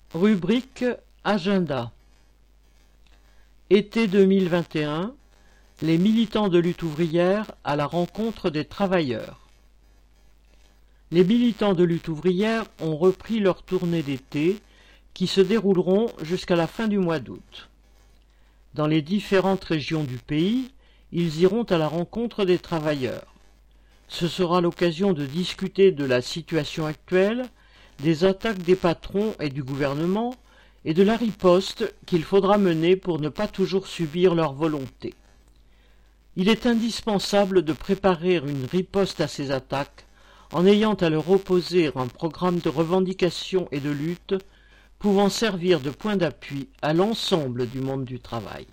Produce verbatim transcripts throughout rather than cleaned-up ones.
Rubrique Agenda. Été deux mille vingt et un, les militants de lutte ouvrière à la rencontre des travailleurs. Les militants de lutte ouvrière ont repris leur tournée d'été qui se dérouleront jusqu'à la fin du mois d'août. Dans les différentes régions du pays, ils iront à la rencontre des travailleurs. Ce sera l'occasion de discuter de la situation actuelle, des attaques des patrons et du gouvernement, et de la riposte qu'il faudra mener pour ne pas toujours subir leur volonté. Il est indispensable de préparer une riposte à ces attaques en ayant à leur opposer un programme de revendication et de lutte pouvant servir de point d'appui à l'ensemble du monde du travail.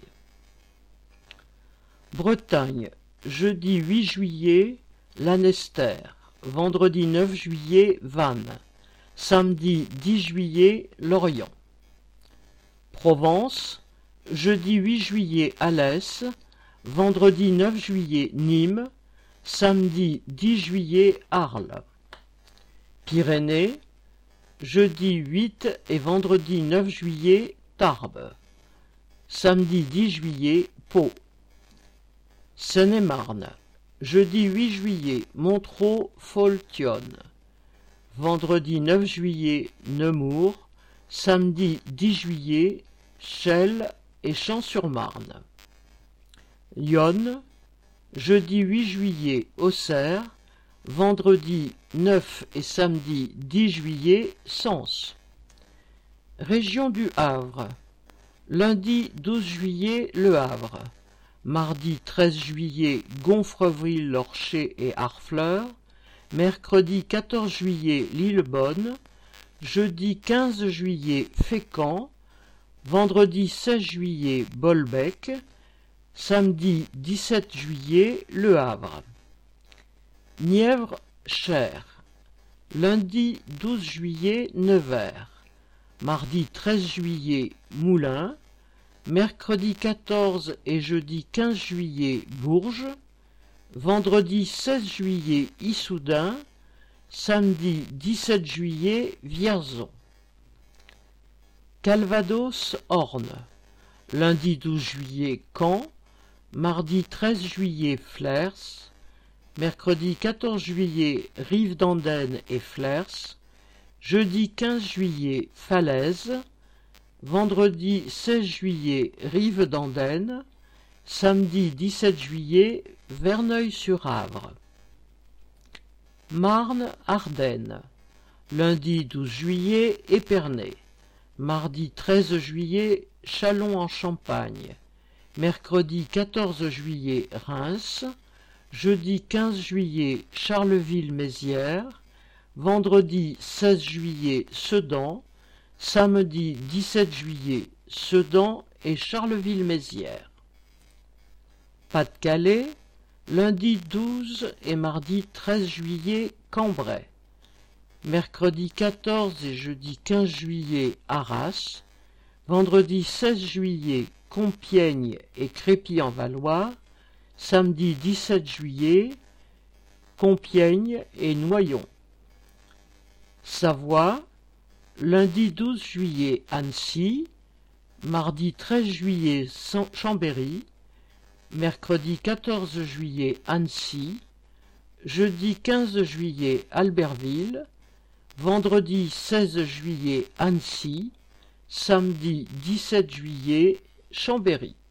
Bretagne, jeudi huit juillet, Lanester, vendredi neuf juillet, Vannes, samedi dix juillet, Lorient. Provence, jeudi huit juillet, Alès, vendredi neuf juillet, Nîmes, samedi dix juillet, Arles. Pyrénées, jeudi huit et vendredi neuf juillet, Tarbes, samedi dix juillet, Pau. Seine-et-Marne, jeudi huit juillet, Montereau-Faultionne, vendredi neuf juillet, Nemours, samedi dix juillet, Chelles et Champs-sur-Marne. Yonne, jeudi huit juillet, Auxerre, vendredi neuf et samedi dix juillet, Sens. Région du Havre, lundi douze juillet, Le Havre, mardi treize juillet, Gonfreville-Lorcher et Harfleur, mercredi quatorze juillet, Lillebonne, jeudi quinze juillet, Fécamp, vendredi seize juillet, Bolbec, samedi dix-sept juillet, Le Havre. Nièvre, Cher, lundi douze juillet, Nevers, mardi treize juillet, Moulins, mercredi quatorze et jeudi quinze juillet, Bourges, vendredi seize juillet, Issoudun, samedi dix-sept juillet, Vierzon. Calvados, Orne, lundi douze juillet, Caen, mardi treize juillet, Flers, mercredi quatorze juillet, Rive-d'Andenne et Flers, jeudi quinze juillet, Falaise, vendredi seize juillet, Rive-d'Andenne, samedi dix-sept juillet, Verneuil-sur-Avre. Marne, Ardennes, lundi douze juillet, Épernay, mardi treize juillet, Châlons-en-Champagne, mercredi quatorze juillet, Reims, jeudi quinze juillet, Charleville-Mézières, vendredi seize juillet, Sedan, samedi dix-sept juillet, Sedan et Charleville-Mézières. Pas-de-Calais, lundi douze et mardi treize juillet, Cambrai, mercredi quatorze et jeudi quinze juillet, Arras, vendredi seize juillet, Compiègne et Crépy-en-Valois, samedi dix-sept juillet, Compiègne et Noyon. Savoie, lundi douze juillet, Annecy, mardi treize juillet, Chambéry, mercredi quatorze juillet, Annecy, jeudi quinze juillet, Albertville, vendredi seize juillet, Annecy, samedi dix-sept juillet, Chambéry.